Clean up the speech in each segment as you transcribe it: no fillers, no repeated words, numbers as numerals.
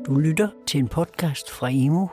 Du lytter til en podcast fra Imo.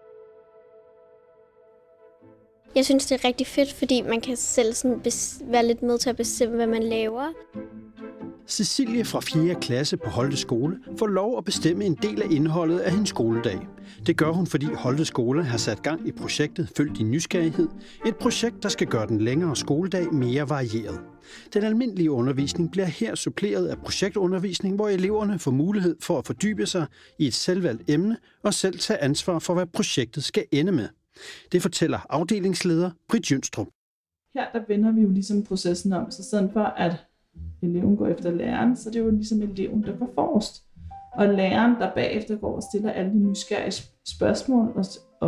Jeg synes, det er rigtig fedt, fordi man kan selv sådan være lidt med til at bestemme, hvad man laver. Cecilie fra 4. klasse på Holte Skole får lov at bestemme en del af indholdet af hendes skoledag. Det gør hun, fordi Holte Skole har sat gang i projektet Følg din nysgerrighed. Et projekt, der skal gøre den længere skoledag mere varieret. Den almindelige undervisning bliver her suppleret af projektundervisning, hvor eleverne får mulighed for at fordybe sig i et selvvalgt emne og selv tage ansvar for, hvad projektet skal ende med. Det fortæller afdelingsleder Britt Jønstrup. Her der vender vi jo ligesom processen om, så sådan for at eleven går efter læreren, så det er jo ligesom eleven, der går forrest. Og læreren, der bagefter går og stiller alle de nysgerrige spørgsmål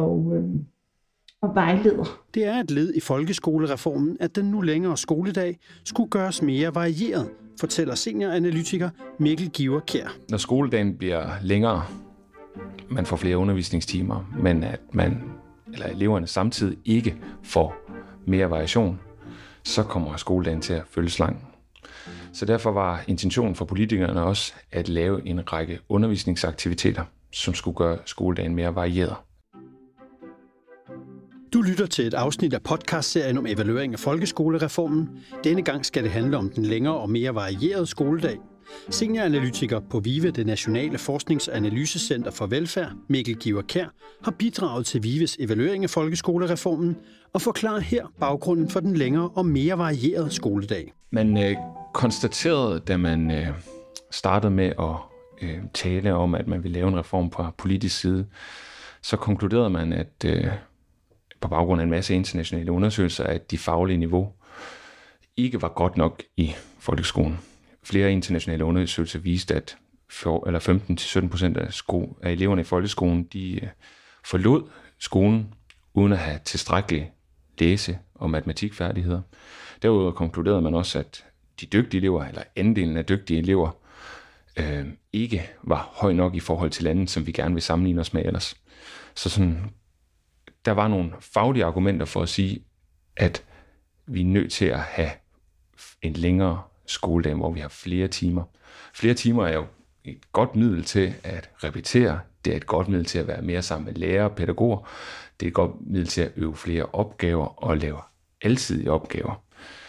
og vejleder. Det er et led i folkeskolereformen, at den nu længere skoledag skulle gøres mere varieret, fortæller senioranalytiker Mikkel Giver Kjær. Når skoledagen bliver længere, man får flere undervisningstimer, men at eleverne samtidig ikke får mere variation, så kommer skoledagen til at føles lang. Så derfor var intentionen for politikerne også at lave en række undervisningsaktiviteter, som skulle gøre skoledagen mere varieret. Du lytter til et afsnit af podcastserien om evaluering af folkeskolereformen. Denne gang skal det handle om den længere og mere varierede skoledag. Senioranalytiker på VIVE, det Nationale Forsknings- og Analysecenter for Velfærd, Mikkel Giver Kjær, har bidraget til VIVEs evaluering af folkeskolereformen og forklarer her baggrunden for den længere og mere varierede skoledag. Man konstaterede, da man startede med at tale om, at man ville lave en reform fra politisk side, så konkluderede man, at på baggrund af en masse internationale undersøgelser, at de faglige niveau ikke var godt nok i folkeskolen. Flere internationale undersøgelser viste, at 15-17% af eleverne i folkeskolen, de forlod skolen uden at have tilstrækkelige læse- og matematikfærdigheder. Derudover konkluderede man også, at de dygtige elever, eller andelen af dygtige elever, ikke var høj nok i forhold til lande, som vi gerne vil sammenligne os med ellers. Så sådan, der var nogle faglige argumenter for at sige, at vi er nødt til at have en længere skoledag, hvor vi har flere timer. Flere timer er jo et godt middel til at repetere. Det er et godt middel til at være mere sammen med lærere og pædagoger. Det er et godt middel til at øve flere opgaver og lave alsidige opgaver.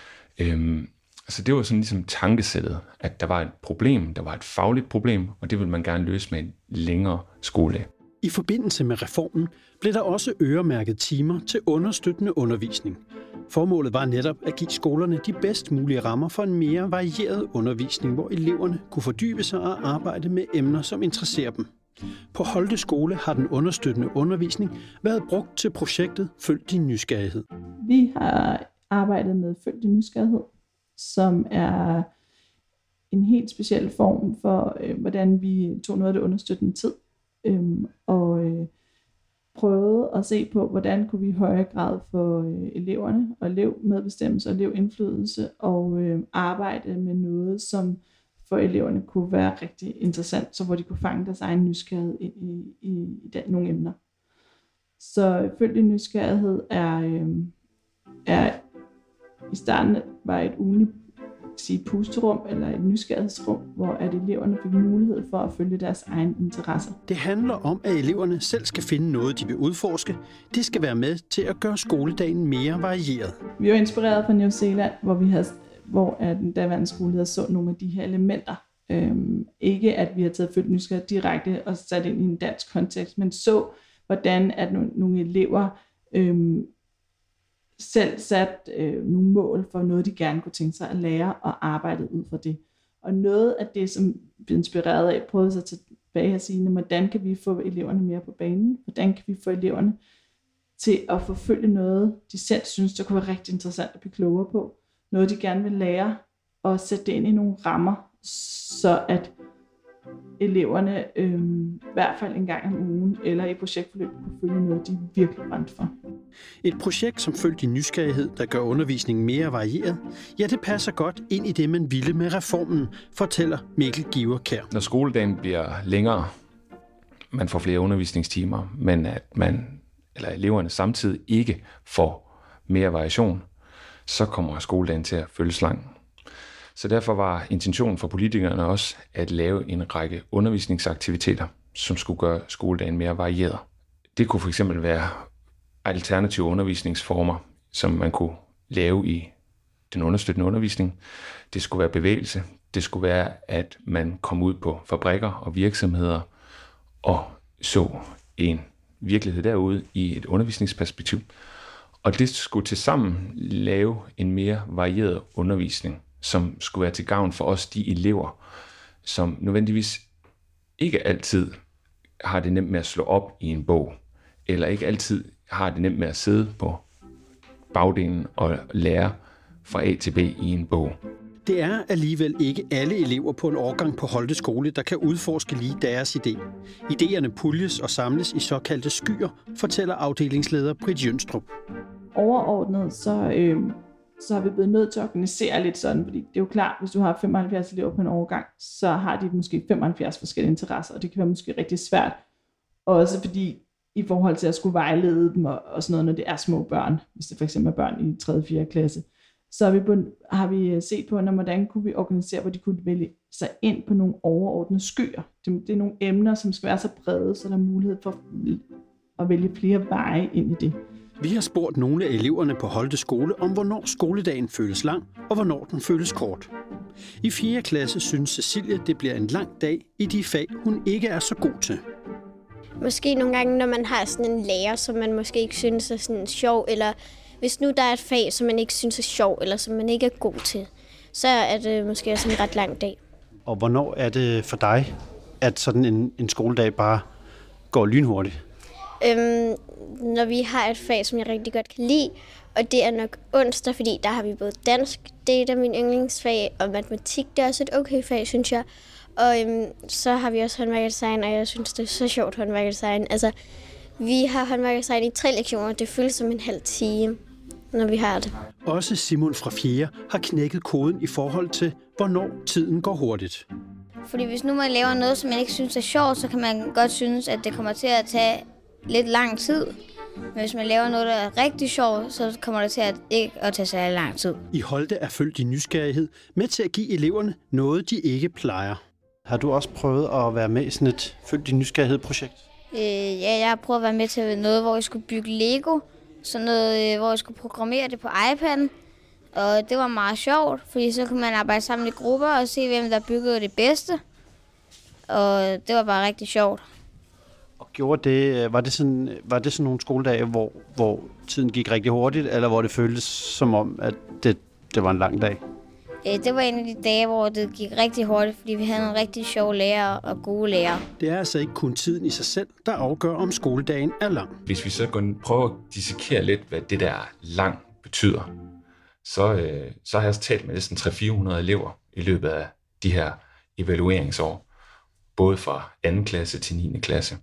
Så det var sådan ligesom tankesættet, at der var et problem, der var et fagligt problem, og det ville man gerne løse med en længere skoledag. I forbindelse med reformen blev der også øremærket timer til understøttende undervisning. Formålet var netop at give skolerne de bedst mulige rammer for en mere varieret undervisning, hvor eleverne kunne fordybe sig og arbejde med emner, som interesserer dem. På Holte Skole har den understøttende undervisning været brugt til projektet Følg din nysgerrighed. Vi har arbejdet med Følg din nysgerrighed, som er en helt speciel form for, hvordan vi tog noget af det understøttende tid og prøvede at se på, hvordan kunne vi i højere grad få eleverne og elevmedbestemmelse og elevindflydelse og arbejde med noget, som for eleverne kunne være rigtig interessant, så hvor de kunne fange deres egen nysgerrighed i nogle emner. Så Følg din nysgerrighed er i starten var et ugenligt pusterum eller et nysgerrighedsrum, hvor at eleverne fik mulighed for at følge deres egen interesser. Det handler om, at eleverne selv skal finde noget, de vil udforske. Det skal være med til at gøre skoledagen mere varieret. Vi er inspireret fra New Zealand, hvor den daværende skoleleder så nogle af de her elementer. Ikke at vi har taget Følg nysgerrighed direkte og sat ind i en dansk kontekst, men så hvordan at nogle elever selv sat nogle mål for noget, de gerne kunne tænke sig at lære og arbejde ud fra det. Og noget af det, som vi er inspireret af, prøvede sig tilbage at sige, hvordan kan vi få eleverne mere på banen? Hvordan kan vi få eleverne til at forfølge noget, de selv synes, der kunne være rigtig interessant at blive klogere på? Noget, de gerne vil lære, og sætte det ind i nogle rammer, så at eleverne i hvert fald en gang om ugen eller i projektforløb kunne følge noget, de virkelig brændte for. Et projekt som Følg din nysgerrighed, der gør undervisningen mere varieret, ja, det passer godt ind i det, man ville med reformen, fortæller Mikkel Giver Kjær. Når skoledagen bliver længere, man får flere undervisningstimer, men at eleverne samtidig ikke får mere variation, så kommer skoledagen til at føles lang. Så derfor var intentionen for politikerne også at lave en række undervisningsaktiviteter, som skulle gøre skoledagen mere varieret. Det kunne fx være alternative undervisningsformer, som man kunne lave i den understøttende undervisning. Det skulle være bevægelse. Det skulle være, at man kom ud på fabrikker og virksomheder og så en virkelighed derude i et undervisningsperspektiv. Og det skulle tilsammen lave en mere varieret undervisning, som skulle være til gavn for os, de elever, som nødvendigvis ikke altid har det nemt med at slå op i en bog, eller ikke altid har det nemt med at sidde på bagdelen og lære fra A til B i en bog. Det er alligevel ikke alle elever på en årgang på Holte Skole, der kan udforske lige deres idé. Idéerne puljes og samles i såkaldte skyer, fortæller afdelingsleder Britt Jønstrup. Overordnet, så er vi blevet nødt til at organisere lidt sådan, fordi det er jo klart, hvis du har 75 elever på en årgang, så har de måske 75 forskellige interesser, og det kan være måske rigtig svært. Også fordi i forhold til at skulle vejlede dem og sådan noget, når det er små børn, hvis det for eksempel er børn i 3. og 4. klasse, så har vi set på, hvordan kunne vi organisere, hvor de kunne vælge sig ind på nogle overordnede skyer. Det er nogle emner, som skal være så brede, så der er mulighed for at vælge flere veje ind i det. Vi har spurgt nogle af eleverne på Holte Skole om, hvornår skoledagen føles lang, og hvornår den føles kort. I 4. klasse synes Cecilie, det bliver en lang dag i de fag, hun ikke er så god til. Måske nogle gange, når man har sådan en lærer, som man måske ikke synes er sådan sjov, eller hvis nu der er et fag, som man ikke synes er sjov, eller som man ikke er god til, så er det måske også en ret lang dag. Og hvornår er det for dig, at sådan en skoledag bare går lynhurtigt? Når vi har et fag, som jeg rigtig godt kan lide, og det er nok onsdag, fordi der har vi både dansk, det er et af mine yndlingsfag, og matematik, det er også et okay fag, synes jeg. Og så har vi også håndværkerdesign, og jeg synes, det er så sjovt håndværkerdesign. Altså, vi har håndværkerdesign i 3 lektioner, det føles som en halv time, når vi har det. Også Simon fra 4. har knækket koden i forhold til, hvornår tiden går hurtigt. Fordi hvis nu man laver noget, som man ikke synes er sjovt, så kan man godt synes, at det kommer til at tage lidt lang tid. Men hvis man laver noget, der er rigtig sjovt, så kommer det til at ikke at tage særlig lang tid. I Holte er følt i nysgerrighed med til at give eleverne noget, de ikke plejer. Har du også prøvet at være med i sådan et følt i nysgerrighed-projekt? Ja, jeg har prøvet at være med til noget, hvor jeg skulle bygge Lego. Sådan noget, hvor jeg skulle programmere det på iPad'en. Og det var meget sjovt, fordi så kunne man arbejde sammen i grupper og se, hvem der byggede det bedste. Og det var bare rigtig sjovt. Og gjorde det, var det sådan nogle skoledage, hvor tiden gik rigtig hurtigt, eller hvor det føltes som om, at det var en lang dag? Det var en af de dage, hvor det gik rigtig hurtigt, fordi vi havde nogle rigtig sjove lærere og gode lærere. Det er altså ikke kun tiden i sig selv, der afgør, om skoledagen er lang. Hvis vi så prøver at dissekere lidt, hvad det der lang betyder, så har jeg også talt med næsten 300-400 elever i løbet af de her evalueringsår, både fra 2. klasse til 9. klasse.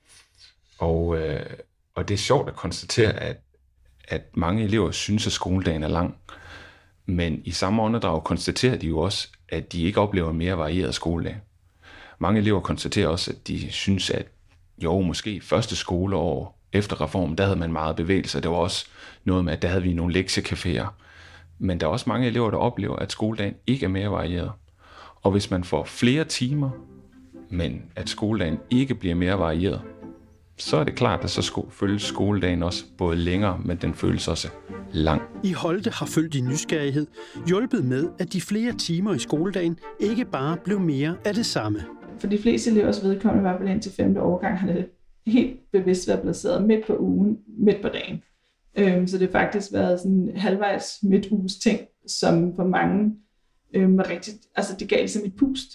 Og det er sjovt at konstatere, at mange elever synes, at skoledagen er lang. Men i samme åndedrag konstaterer de jo også, at de ikke oplever en mere varieret skoledag. Mange elever konstaterer også, at de synes, at måske første skoleår efter reformen, der havde man meget bevægelse. Det var også noget med, at der havde vi nogle lektiecaféer. Men der er også mange elever, der oplever, at skoledagen ikke er mere varieret. Og hvis man får flere timer, men at skoledagen ikke bliver mere varieret, så er det klart, at så føles skoledagen også både længere, men den føles også lang. I Holte har følt i nysgerrighed hjulpet med, at de flere timer i skoledagen ikke bare blev mere af det samme. For de fleste elevers vedkommende, i hvert fald indtil 5. årgang, har det helt bevidst været placeret midt på ugen, midt på dagen. Så det har faktisk været sådan halvvejs midtuges ting, som for mange var rigtigt, altså det gav ligesom et pust,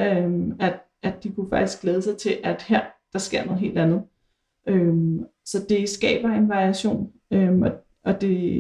at de kunne faktisk glæde sig til, at her, der sker noget helt andet. Så det skaber en variation, og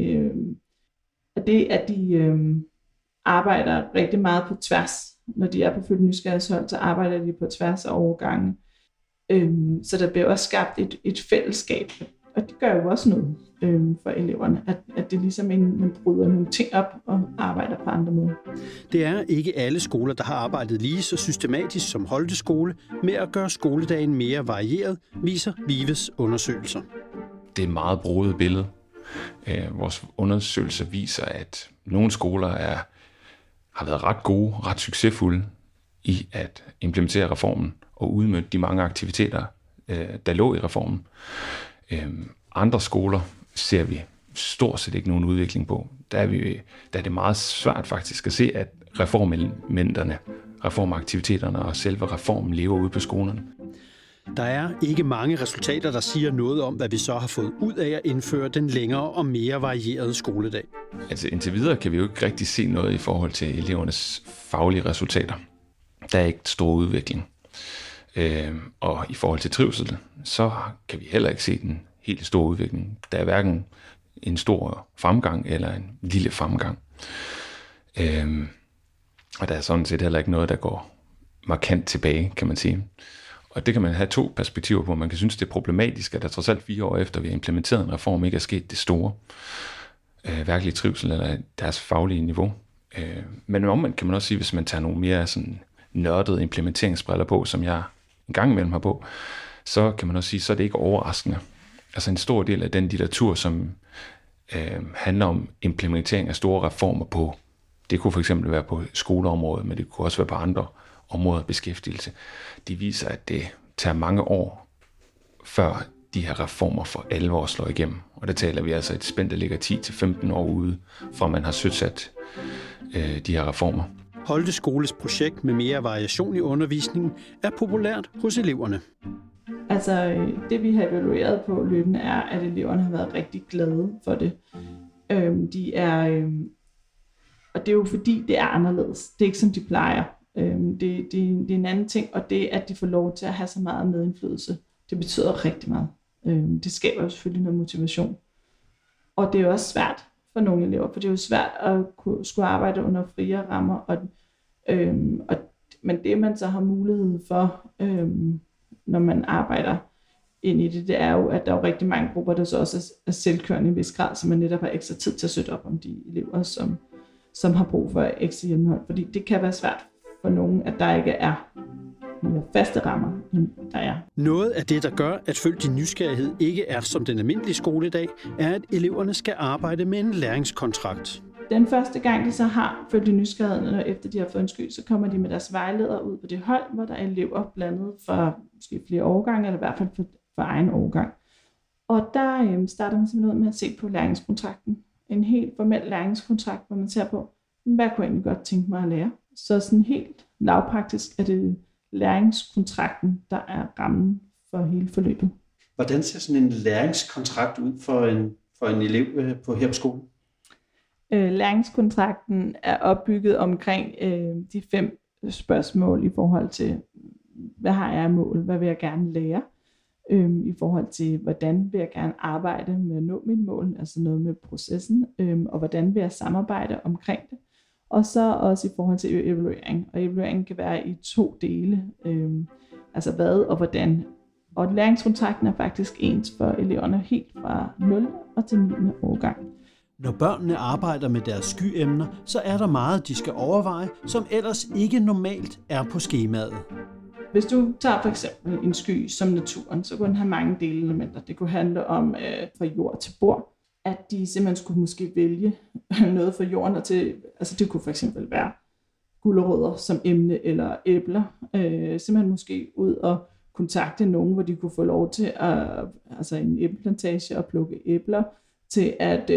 det, at de arbejder rigtig meget på tværs, når de er på følt nysgerrighedshold, så arbejder de på tværs af årgange. Så der bliver også skabt et fællesskab, og det gør jo også noget for eleverne, at det ligesom man bryder nogle ting op og arbejder på andre måder. Det er ikke alle skoler, der har arbejdet lige så systematisk som Holte Skole med at gøre skoledagen mere varieret, viser VIVEs undersøgelser. Det er et meget broget billede. Vores undersøgelser viser, at nogle skoler har været ret gode, ret succesfulde i at implementere reformen og udmønte de mange aktiviteter, der lå i reformen. Andre skoler ser vi stort set ikke nogen udvikling på. Der er det meget svært faktisk at se, at reformelementerne, reformaktiviteterne og selve reformen lever ude på skolerne. Der er ikke mange resultater, der siger noget om, hvad vi så har fået ud af at indføre den længere og mere varierede skoledag. Altså indtil videre kan vi jo ikke rigtig se noget i forhold til elevernes faglige resultater. Der er ikke stor udvikling. Og i forhold til trivsel, så kan vi heller ikke se den helt store udvikling. Der er hverken en stor fremgang eller en lille fremgang. Og der er sådan set heller ikke noget, der går markant tilbage, kan man sige. Og det kan man have to perspektiver på. Man kan synes, det er problematisk, at der trods alt 4 år efter, vi har implementeret en reform, ikke er sket det store virkelig trivsel eller deres faglige niveau. Men omvendt kan man også sige, hvis man tager nogle mere sådan nørdede implementeringsbriller på, som jeg en gang imellem har på, så kan man også sige, så er det ikke overraskende. Altså en stor del af den litteratur, som handler om implementering af store reformer på, det kunne for eksempel være på skoleområdet, men det kunne også være på andre områder af beskæftigelse, de viser, at det tager mange år, før de her reformer for alvor slår igennem. Og der taler vi altså et spænd, der ligger 10-15 år ude, fra man har søsat de her reformer. Holte Skoles projekt med mere variation i undervisningen er populært hos eleverne. Altså, det vi har evalueret på løbende er, at eleverne har været rigtig glade for det. Og det er jo fordi, det er anderledes. Det er ikke som de plejer. Det er en anden ting, og det at de får lov til at have så meget medindflydelse, det betyder rigtig meget. Det skaber jo selvfølgelig noget motivation. Og det er også svært for nogle elever, for det er jo svært at skulle arbejde under friere rammer, men det man så har mulighed for, når man arbejder ind i det, det er jo, at der er jo rigtig mange grupper, der så også er selvkørende i en vis grad, så man netop har ekstra tid til at sætte op om de elever, som har brug for ekstra hjælphold. Fordi det kan være svært for nogen, at der ikke er mere faste rammer, end der er. Noget af det, der gør, at Følg din nysgerrighed ikke er som den almindelige skoledag, er, at eleverne skal arbejde med en læringskontrakt. Den første gang, de så har Følg din nysgerrighed, og efter de har fået en sky, så kommer de med deres vejledere ud på det hold, hvor der er elever blandet fra måske flere årgange, eller i hvert fald for egen årgang. Og der starter man simpelthen ud med at se på læringskontrakten. En helt formel læringskontrakt, hvor man ser på, hvad kunne jeg egentlig godt tænke mig at lære. Så sådan helt lavpraktisk er det læringskontrakten, der er rammen for hele forløbet. Hvordan ser sådan en læringskontrakt ud for en elev her på skolen? Læringskontrakten er opbygget omkring de 5 spørgsmål i forhold til, hvad har jeg af mål, hvad vil jeg gerne lære, i forhold til, hvordan vil jeg gerne arbejde med at nå mit mål, altså noget med processen, og hvordan vil jeg samarbejde omkring det. Og så også i forhold til evaluering. Og evalueringen kan være i 2 dele, altså hvad og hvordan. Og læringskontrakten er faktisk ens for eleverne helt fra 0 og til 9. årgang. Når børnene arbejder med deres skyemner, så er der meget, de skal overveje, som ellers ikke normalt er på skemaet. Hvis du tager for eksempel en sky som naturen, så kunne den have mange delelementer. Det kunne handle om fra jord til bord, at de simpelthen skulle måske vælge noget fra jorden og til, altså det kunne for eksempel være gulerødder som emne eller æbler. Simpelthen måske ud og kontakte nogen, hvor de kunne få lov til altså en æbleplantage og plukke æbler, til at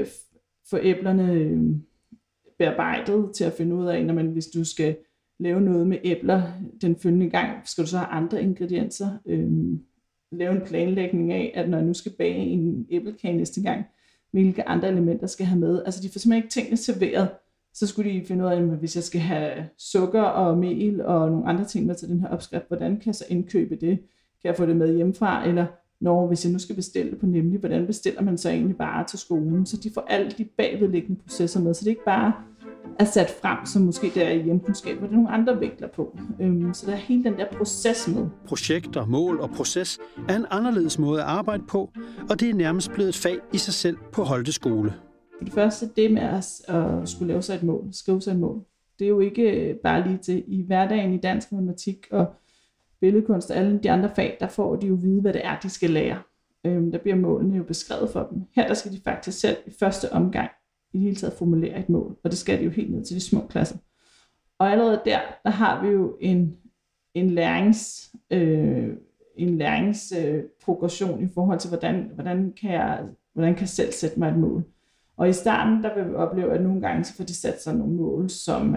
få æblerne bearbejdet, til at finde ud af, når hvis du skal lave noget med æbler den følgende gang, skal du så have andre ingredienser. Lave en planlægning af, at når jeg nu skal bage en æblekage næste gang, hvilke andre elementer skal have med. Altså de får simpelthen ikke tingene serveret. Så skulle de finde ud af, at hvis jeg skal have sukker og mel og nogle andre ting med til den her opskrift, hvordan kan jeg så indkøbe det? Kan jeg få det med hjemmefra? Eller hvis jeg nu skal bestille det på Nemlig, hvordan bestiller man så egentlig bare til skolen? Så de får alle de bagvedliggende processer med, så det ikke bare er sat frem, som måske der er i hjemkundskab, hvor der er nogle andre vinkler på. Så der er hele den der proces med. Projekter, mål og proces er en anderledes måde at arbejde på, og det er nærmest blevet et fag i sig selv på Holte Skole. For det første, det med at skulle lave sig et mål, skrive sig et mål, det er jo ikke bare lige til i hverdagen i dansk, matematik og billedkunst og alle de andre fag, der får de jo vide, hvad det er, de skal lære. Der bliver målene jo beskrevet for dem. Her der skal de faktisk selv i første omgang i det hele taget formulere et mål, og det skal de jo helt ned til de små klasser. Og allerede der har vi jo en læringsprogression i forhold til, hvordan kan jeg selv sætte mig et mål. Og i starten, der vil vi opleve, at nogle gange så får de sat sig nogle mål, som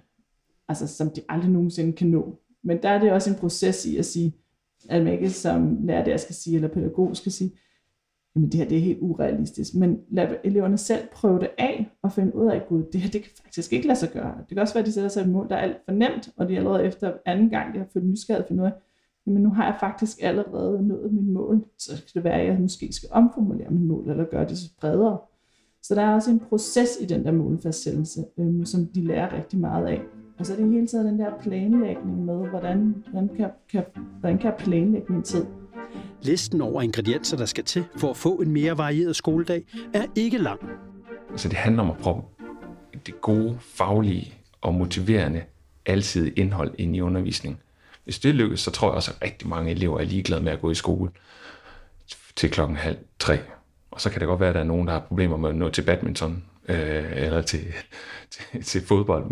de aldrig nogensinde kan nå. Men der er det også en proces i at sige, at man ikke som lærer der skal sige, eller pædagog skal sige, jamen det her det er helt urealistisk. Men lad eleverne selv prøve det af og finde ud af, gud, det her det kan faktisk ikke lade sig gøre. Det kan også være, at de sætter sig et mål, der er alt for nemt, og de allerede efter anden gang, de har fået nysgerrighed for noget, jamen nu har jeg faktisk allerede nået mit mål, så kan det være, at jeg måske skal omformulere mit mål, eller gøre det bredere. Så der er også en proces i den der målfastsættelse, som de lærer rigtig meget af. Og så er det hele tiden den der planlægning med, hvordan kan jeg planlægge min tid. Listen over ingredienser, der skal til for at få en mere varieret skoledag, er ikke lang. Så det handler om at prøve det gode, faglige og motiverende, alsidige indhold ind i undervisningen. Hvis det lykkes, så tror jeg også, at rigtig mange elever er ligeglade med at gå i skole til 2:30. Og så kan det godt være, at der er nogen, der har problemer med at nå til badminton eller til fodbold.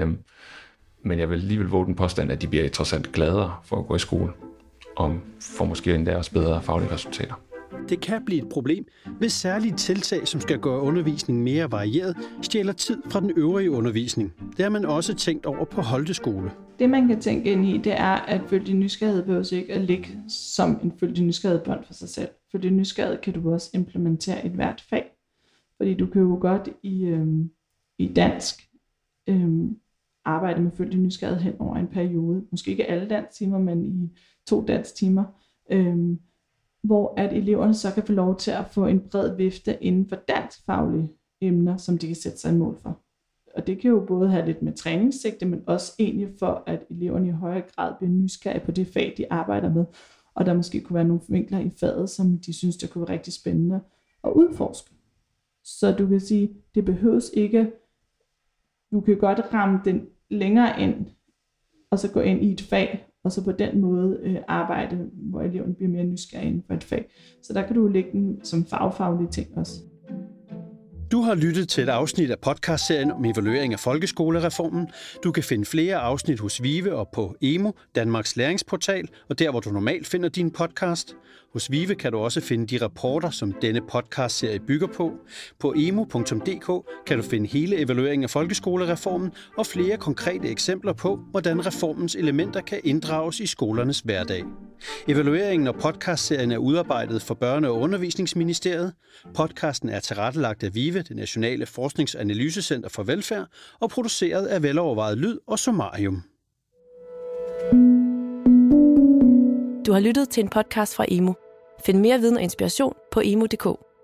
Men jeg vil alligevel våge den påstand, at de bliver trods alt gladere for at gå i skole, og får måske endda også bedre faglige resultater. Det kan blive et problem, hvis særlige tiltag, som skal gøre undervisningen mere varieret, stjæler tid fra den øvrige undervisning. Det har man også tænkt over på Holte Skole. Det man kan tænke ind i, det er, at følge nysgerrighed behøver ikke at ligge som en følge nysgerrighed bånd for sig selv. Følge nysgerrighed kan du også implementere i hvert fag. Fordi du kan jo godt i dansk arbejde med følge nysgerrighed hen over en periode. Måske ikke alle dansktimer, men i 2 dansktimer. Hvor at eleverne så kan få lov til at få en bred vifte inden for danskfaglige emner, som de kan sætte sig et mål for. Og det kan jo både have lidt med træningssigte, men også egentlig for, at eleverne i højere grad bliver nysgerrige på det fag, de arbejder med. Og der måske kunne være nogle vinkler i faget, som de synes, der kunne være rigtig spændende at udforske. Så du kan sige, det behøves ikke, du kan godt ramme den længere ind, og så gå ind i et fag, og så på den måde arbejde, hvor eleverne bliver mere nysgerrige inden for et fag. Så der kan du lægge den som faglige ting også. Du har lyttet til et afsnit af podcastserien om evaluering af folkeskolereformen. Du kan finde flere afsnit hos VIVE og på EMU, Danmarks læringsportal, og der, hvor du normalt finder din podcast. Hos VIVE kan du også finde de rapporter, som denne podcastserie bygger på. På emu.dk kan du finde hele evalueringen af folkeskolereformen og flere konkrete eksempler på, hvordan reformens elementer kan inddrages i skolernes hverdag. Evalueringen og podcastserien er udarbejdet for Børne- og Undervisningsministeriet. Podcasten er tilrettelagt af VIVE, det nationale forskningsanalysecenter for velfærd, og produceret af Velovervejet Lyd og Sommarium. Du har lyttet til en podcast fra EMU. Find mere viden og inspiration på emu.dk.